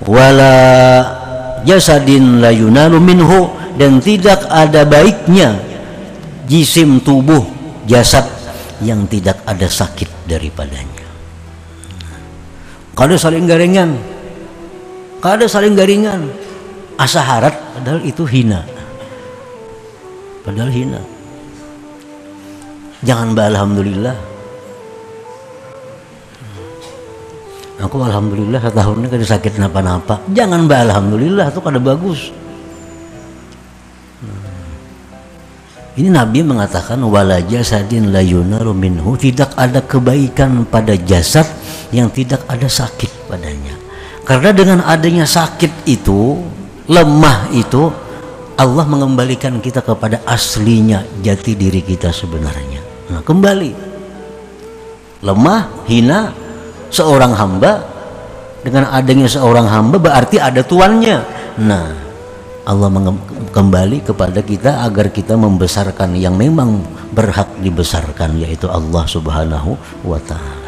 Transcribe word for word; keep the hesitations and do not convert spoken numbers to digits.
wala jasadin la yunalu minhu, dan tidak ada baiknya jisim tubuh jasad yang tidak ada sakit daripadanya. Kada saling garingan, kada saling garingan, asa harat, padahal itu hina, padahal hina. Jangan ba alhamdulillah. Aku alhamdulillah setahun ini kada sakit napa-napa. Jangan ba alhamdulillah, itu kada bagus. Ini Nabi mengatakan wala jasadin la yunaru minhu, tidak ada kebaikan pada jasad yang tidak ada sakit padanya. Karena dengan adanya sakit itu, lemah itu, Allah mengembalikan kita kepada aslinya jati diri kita sebenarnya. Nah, kembali lemah, hina, seorang hamba. Dengan adanya seorang hamba berarti ada tuannya. Nah, Allah kembali kepada kita agar kita membesarkan yang memang berhak dibesarkan, yaitu Allah Subhanahu wa Ta'ala.